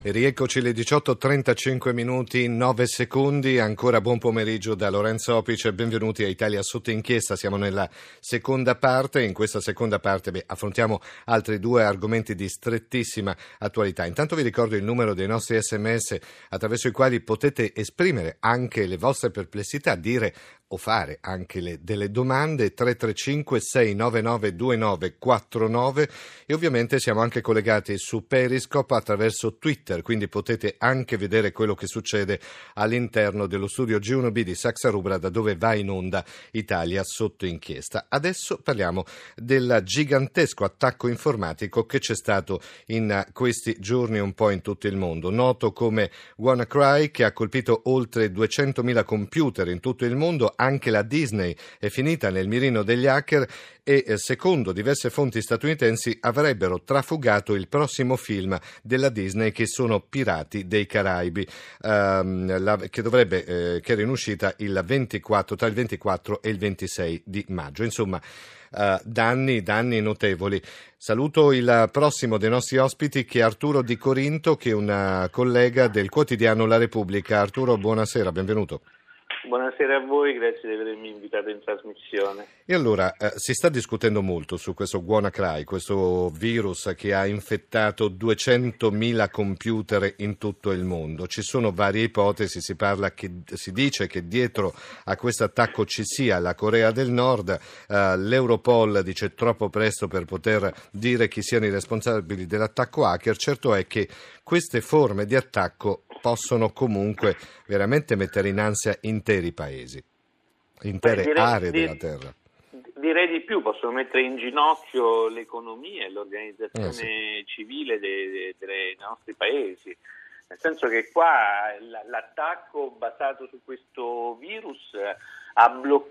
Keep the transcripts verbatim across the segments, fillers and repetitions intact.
E rieccoci le diciotto e trentacinque minuti, nove secondi, ancora buon pomeriggio da Lorenzo Opice e benvenuti a Italia Sotto Inchiesta. Siamo nella seconda parte, in questa seconda parte beh, affrontiamo altri due argomenti di strettissima attualità. Intanto vi ricordo il numero dei nostri sms attraverso i quali potete esprimere anche le vostre perplessità, dire o fare anche le, delle domande. Tre tre cinque sei nove nove due nove quattro nove e ovviamente siamo anche collegati su Periscope attraverso Twitter, quindi potete anche vedere quello che succede all'interno dello studio G uno B di Saxa Rubra, da dove va in onda Italia Sotto Inchiesta. Adesso parliamo del gigantesco attacco informatico che c'è stato in questi giorni un po' in tutto il mondo, noto come WannaCry, che ha colpito oltre duecentomila computer in tutto il mondo. Anche la Disney è finita nel mirino degli hacker e, secondo diverse fonti statunitensi, avrebbero trafugato il prossimo film della Disney, che sono Pirati dei Caraibi, ehm, la, che dovrebbe eh, che era in uscita il ventiquattro, tra il ventiquattro e il ventisei di maggio. Insomma, eh, danni, danni notevoli. Saluto il prossimo dei nostri ospiti, che è Arturo Di Corinto, che è un collega del quotidiano La Repubblica. Arturo, buonasera, benvenuto. Buonasera a voi, grazie di avermi invitato in trasmissione. E allora, eh, si sta discutendo molto su questo WannaCry, questo virus che ha infettato duecentomila computer in tutto il mondo. Ci sono varie ipotesi, si parla che si dice che dietro a questo attacco ci sia la Corea del Nord, eh, l'Europol dice troppo presto per poter dire chi siano i responsabili dell'attacco hacker. Certo è che queste forme di attacco possono comunque veramente mettere in ansia interi paesi, intere Beh, direi, aree di, della terra. Direi di più, possono mettere in ginocchio l'economia e l'organizzazione eh sì. civile dei, dei, dei nostri paesi. Nel senso che qua l'attacco basato su questo virus ha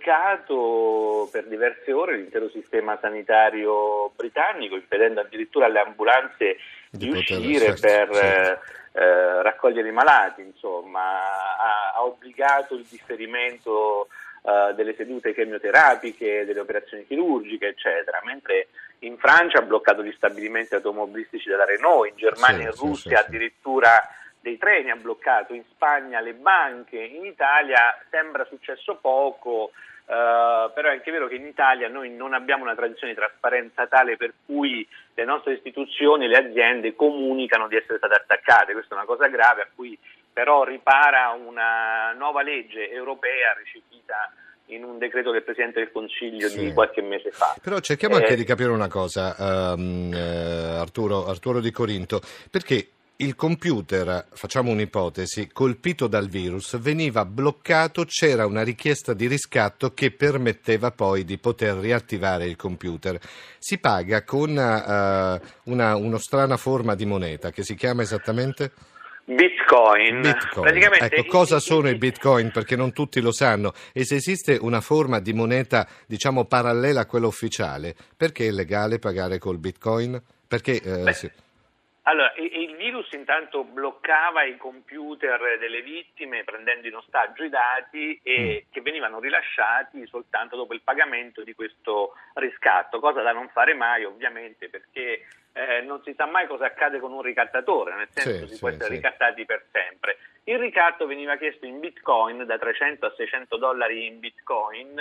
bloccato per diverse ore l'intero sistema sanitario britannico, impedendo addirittura alle ambulanze di, di uscire certo, per certo. Eh, raccogliere i malati. Insomma, ha, ha obbligato il differimento eh, delle sedute chemioterapiche, delle operazioni chirurgiche, eccetera, mentre in Francia ha bloccato gli stabilimenti automobilistici della Renault, in Germania e sì, in Russia sì, sì, addirittura dei treni ha bloccato, in Spagna le banche, in Italia sembra successo poco, uh, però è anche vero che in Italia noi non abbiamo una tradizione di trasparenza tale per cui le nostre istituzioni, le aziende comunicano di essere state attaccate. Questa è una cosa grave a cui però ripara una nuova legge europea recepita in un decreto del Presidente del Consiglio sì. di qualche mese fa. Però cerchiamo eh, anche di capire una cosa, um, eh, Arturo, Arturo Di Corinto, perché il computer, facciamo un'ipotesi, colpito dal virus, veniva bloccato, c'era una richiesta di riscatto che permetteva poi di poter riattivare il computer. Si paga con uh, una uno strana forma di moneta che si chiama esattamente? Bitcoin. Bitcoin. Praticamente ecco, cosa sono i bitcoin? Perché non tutti lo sanno. E se esiste una forma di moneta, diciamo, parallela a quella ufficiale, perché è legale pagare col bitcoin? Perché... Eh, sì. Allora, il virus intanto bloccava i computer delle vittime prendendo in ostaggio i dati e mm. che venivano rilasciati soltanto dopo il pagamento di questo riscatto, cosa da non fare mai ovviamente, perché eh, non si sa mai cosa accade con un ricattatore, nel senso sì, si sì, può essere sì. ricattati per sempre. Il ricatto veniva chiesto in bitcoin, da trecento a seicento dollari in bitcoin,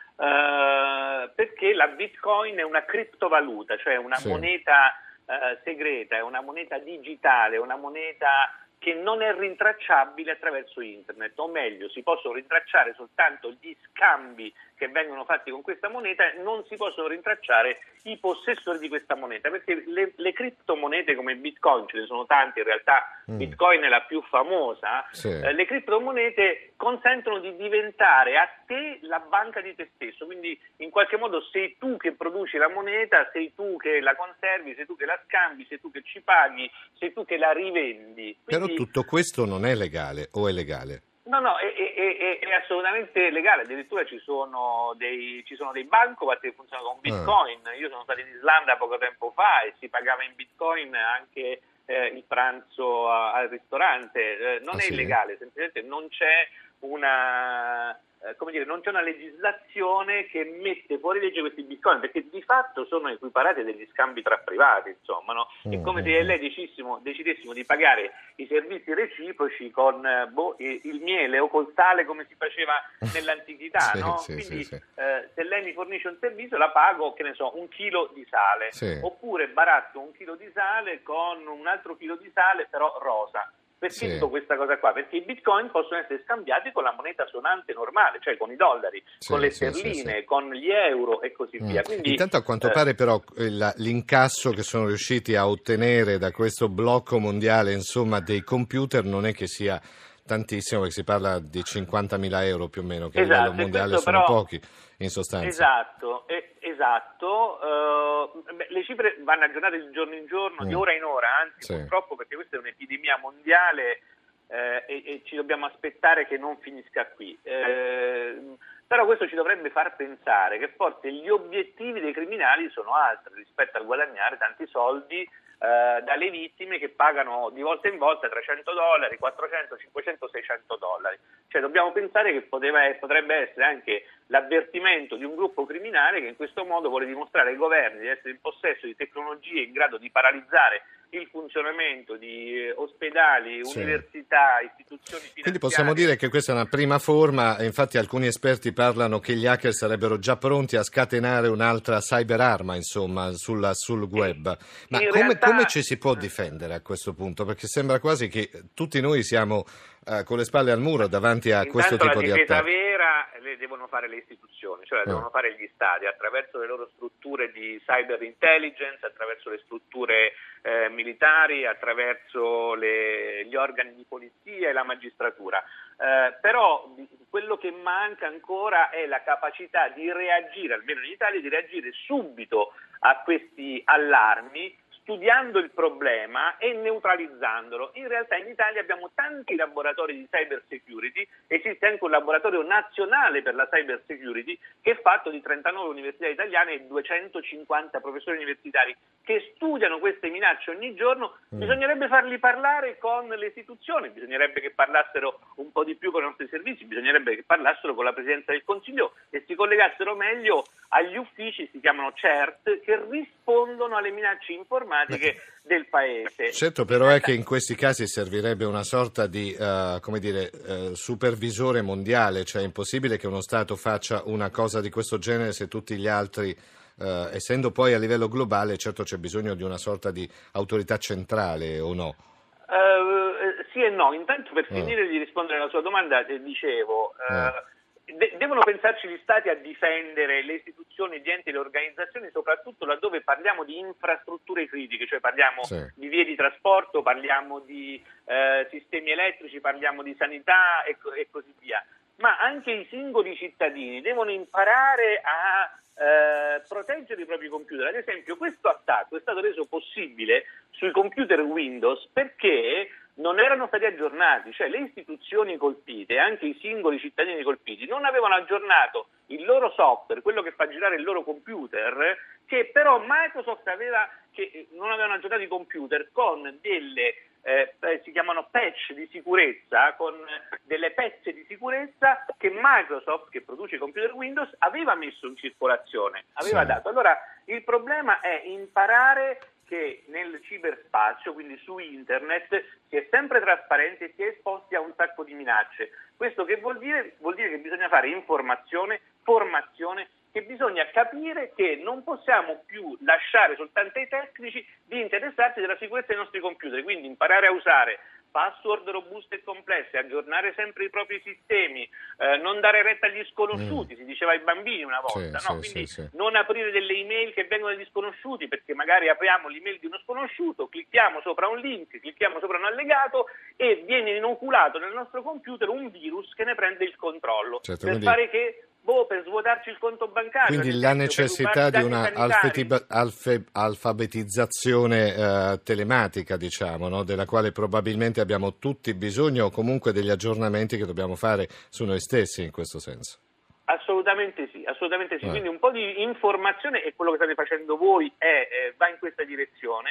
eh, perché la bitcoin è una criptovaluta, cioè una sì. moneta Uh, segreta, è una moneta digitale, una moneta che non è rintracciabile attraverso internet, o meglio, si possono rintracciare soltanto gli scambi che vengono fatti con questa moneta, non si possono rintracciare i possessori di questa moneta, perché le, le criptomonete come Bitcoin, ce ne sono tante, in realtà mm. Bitcoin è la più famosa, sì. eh, le criptomonete consentono di diventare a te la banca di te stesso, quindi in qualche modo sei tu che produci la moneta, sei tu che la conservi, sei tu che la scambi, sei tu che ci paghi, sei tu che la rivendi. Quindi, però tutto questo non è legale o è legale? No, no, è, è, è, è assolutamente legale, addirittura ci sono dei, ci sono dei bancomat che funzionano con Bitcoin. Ah. Io sono stato in Islanda poco tempo fa e si pagava in Bitcoin anche eh, il pranzo a, al ristorante. Eh, non ah, è sì? illegale, semplicemente non c'è una... come dire, non c'è una legislazione che mette fuori legge questi bitcoin, perché di fatto sono equiparati a degli scambi tra privati, insomma, no? È come se lei decidessimo, decidessimo di pagare i servizi reciproci con boh, il miele o col sale, come si faceva nell'antichità, sì, no? Sì, quindi sì, sì. Eh, se lei mi fornisce un servizio la pago, che ne so, un chilo di sale, sì. Oppure baratto un chilo di sale con un altro chilo di sale però rosa. Perché dico sì. questa cosa qua? Perché i bitcoin possono essere scambiati con la moneta suonante normale, cioè con i dollari, sì, con le sì, sterline, sì, sì. con gli euro e così mm. via. Quindi, Intanto a quanto eh, pare però la, l'incasso che sono riusciti a ottenere da questo blocco mondiale, insomma, dei computer non è che sia tantissimo, perché si parla di cinquantamila euro più o meno, che esatto, a livello mondiale sono però, pochi in sostanza. Esatto, eh, esatto. Uh, beh, le cifre vanno aggiornate di giorno in giorno, mm. di ora in ora, anzi sì. purtroppo, perché questa è un'epidemia mondiale eh, e, e ci dobbiamo aspettare che non finisca qui. Eh, però questo ci dovrebbe far pensare che forse gli obiettivi dei criminali sono altri rispetto al guadagnare tanti soldi Uh, dalle vittime che pagano di volta in volta trecento dollari, quattrocento, cinquecento, seicento dollari. Cioè dobbiamo pensare che poteva, potrebbe essere anche l'avvertimento di un gruppo criminale che in questo modo vuole dimostrare ai governi di essere in possesso di tecnologie in grado di paralizzare il funzionamento di eh, ospedali, sì. università, istituzioni finanziarie. Quindi possiamo dire che questa è una prima forma, e infatti alcuni esperti parlano che gli hacker sarebbero già pronti a scatenare un'altra cyberarma, insomma, sulla, sul web. Ma come, realtà... come ci si può difendere a questo punto? Perché sembra quasi che tutti noi siamo uh, con le spalle al muro davanti a Intanto questo tipo di attacchi. La difesa vera le devono fare le istituzioni, cioè la devono oh. fare gli stati, attraverso le loro strutture di cyber intelligence, attraverso le strutture eh, militari, attraverso le, gli organi di polizia e la magistratura. Eh, però quello che manca ancora è la capacità di reagire, almeno in Italia, di reagire subito a questi allarmi, studiando il problema e neutralizzandolo. In realtà in Italia abbiamo tanti laboratori di cyber security, esiste anche un laboratorio nazionale per la cyber security che è fatto di trentanove università italiane e duecentocinquanta professori universitari che studiano queste minacce ogni giorno. Mm. Bisognerebbe farli parlare con le istituzioni, bisognerebbe che parlassero un po' di più con i nostri servizi, bisognerebbe che parlassero con la Presidenza del Consiglio e si collegassero meglio agli uffici, si chiamano C E R T, che rispondono alle minacce informatiche Beh, del paese. Certo, però è che in questi casi servirebbe una sorta di uh, come dire uh, supervisore mondiale, cioè è impossibile che uno Stato faccia una cosa di questo genere se tutti gli altri, uh, essendo poi a livello globale, certo c'è bisogno di una sorta di autorità centrale, o no? Uh, sì e no. Intanto, per finire uh. di rispondere alla sua domanda, eh, dicevo uh, uh. De- devono pensarci gli stati a difendere le istituzioni, gli enti e le organizzazioni, soprattutto laddove parliamo di infrastrutture critiche, cioè parliamo sì. di vie di trasporto, parliamo di eh, sistemi elettrici, parliamo di sanità e, co- e così via. Ma anche i singoli cittadini devono imparare a eh, proteggere i propri computer. Ad esempio, questo attacco è stato reso possibile sui computer Windows perché non erano stati aggiornati, cioè le istituzioni colpite, anche i singoli cittadini colpiti, non avevano aggiornato il loro software, quello che fa girare il loro computer, che però Microsoft aveva, che non avevano aggiornato i computer con delle, eh, si chiamano patch di sicurezza, con delle pezze di sicurezza che Microsoft, che produce i computer Windows, aveva messo in circolazione, aveva sì. dato. Allora il problema è imparare che nel ciberspazio, quindi su internet, si è sempre trasparenti e si è esposti a un sacco di minacce. Questo che vuol dire? Vuol dire che bisogna fare informazione, formazione, che bisogna capire che non possiamo più lasciare soltanto ai tecnici di interessarsi della sicurezza dei nostri computer, quindi imparare a usare password robuste e complesse, aggiornare sempre i propri sistemi, eh, non dare retta agli sconosciuti, mm. si diceva ai bambini una volta, sì, no? Sì, quindi sì, sì. non aprire delle email che vengono dagli sconosciuti, perché magari apriamo l'email di uno sconosciuto, clicchiamo sopra un link, clicchiamo sopra un allegato e viene inoculato nel nostro computer un virus che ne prende il controllo. Certo, per quindi... fare che? Boh, per svuotarci il conto bancario. Quindi la necessità di una alfetiba, alfe, alfabetizzazione eh, telematica, diciamo, no? Della quale probabilmente abbiamo tutti bisogno, o comunque degli aggiornamenti che dobbiamo fare su noi stessi in questo senso. Assolutamente sì, assolutamente sì. Eh. Quindi un po' di informazione, e quello che state facendo voi è, eh, va in questa direzione.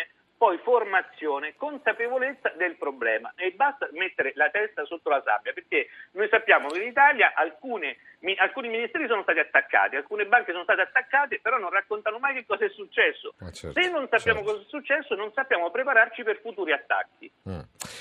poi formazione, consapevolezza del problema, e basta mettere la testa sotto la sabbia, perché noi sappiamo che in Italia alcune, mi, alcuni ministeri sono stati attaccati, alcune banche sono state attaccate, però non raccontano mai che cosa è successo. Certo, Se non sappiamo certo. cosa è successo, non sappiamo prepararci per futuri attacchi. Mm.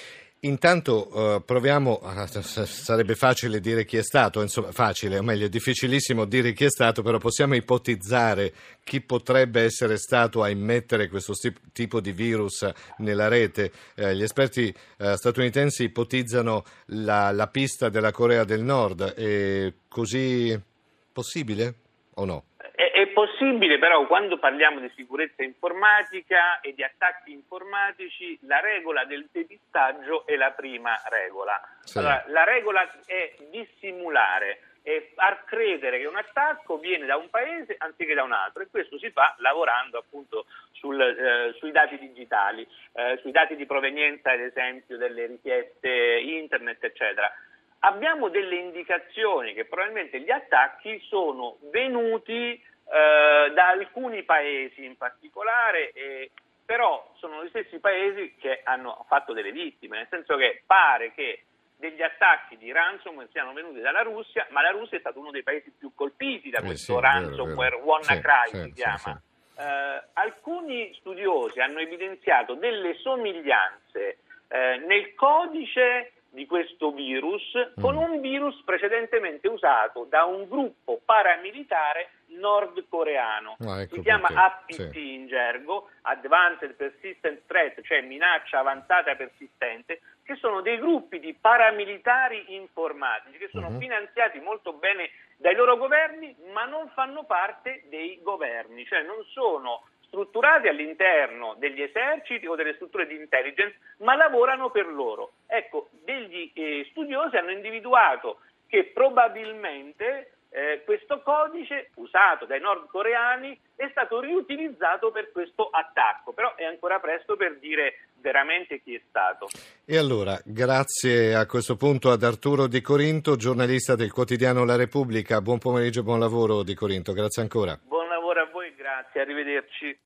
Intanto uh, proviamo, uh, sarebbe facile dire chi è stato, insomma facile, o meglio è difficilissimo dire chi è stato, però possiamo ipotizzare chi potrebbe essere stato a immettere questo sti- tipo di virus nella rete. Eh, gli esperti uh, statunitensi ipotizzano la, la pista della Corea del Nord, è così possibile o no? È possibile, però quando parliamo di sicurezza informatica e di attacchi informatici, la regola del depistaggio è la prima regola. Sì. Allora, la regola è dissimulare e far credere che un attacco viene da un paese anziché da un altro, e questo si fa lavorando appunto sul, eh, sui dati digitali, eh, sui dati di provenienza, ad esempio, delle richieste internet, eccetera. Abbiamo delle indicazioni che probabilmente gli attacchi sono venuti Uh, da alcuni paesi in particolare, eh, però sono gli stessi paesi che hanno fatto delle vittime, nel senso che pare che degli attacchi di ransomware siano venuti dalla Russia, ma la Russia è stato uno dei paesi più colpiti da eh questo sì, ransomware, vero, vero. WannaCry sì, si sì, chiama. Sì, sì. Uh, alcuni studiosi hanno evidenziato delle somiglianze eh, nel codice di questo virus con un virus precedentemente usato da un gruppo paramilitare nordcoreano. Ah, ecco si chiama perché. A P T Sì. in gergo, Advanced Persistent Threat, cioè minaccia avanzata persistente, che sono dei gruppi di paramilitari informatici che sono uh-huh. finanziati molto bene dai loro governi, ma non fanno parte dei governi, cioè non sono strutturati all'interno degli eserciti o delle strutture di intelligence, ma lavorano per loro. Ecco, degli eh, studiosi hanno individuato che probabilmente eh, questo codice usato dai nordcoreani è stato riutilizzato per questo attacco, però è ancora presto per dire veramente chi è stato. E allora, grazie a questo punto ad Arturo Di Corinto, giornalista del quotidiano La Repubblica. Buon pomeriggio e buon lavoro Di Corinto, grazie ancora. Buon lavoro a voi, grazie, arrivederci.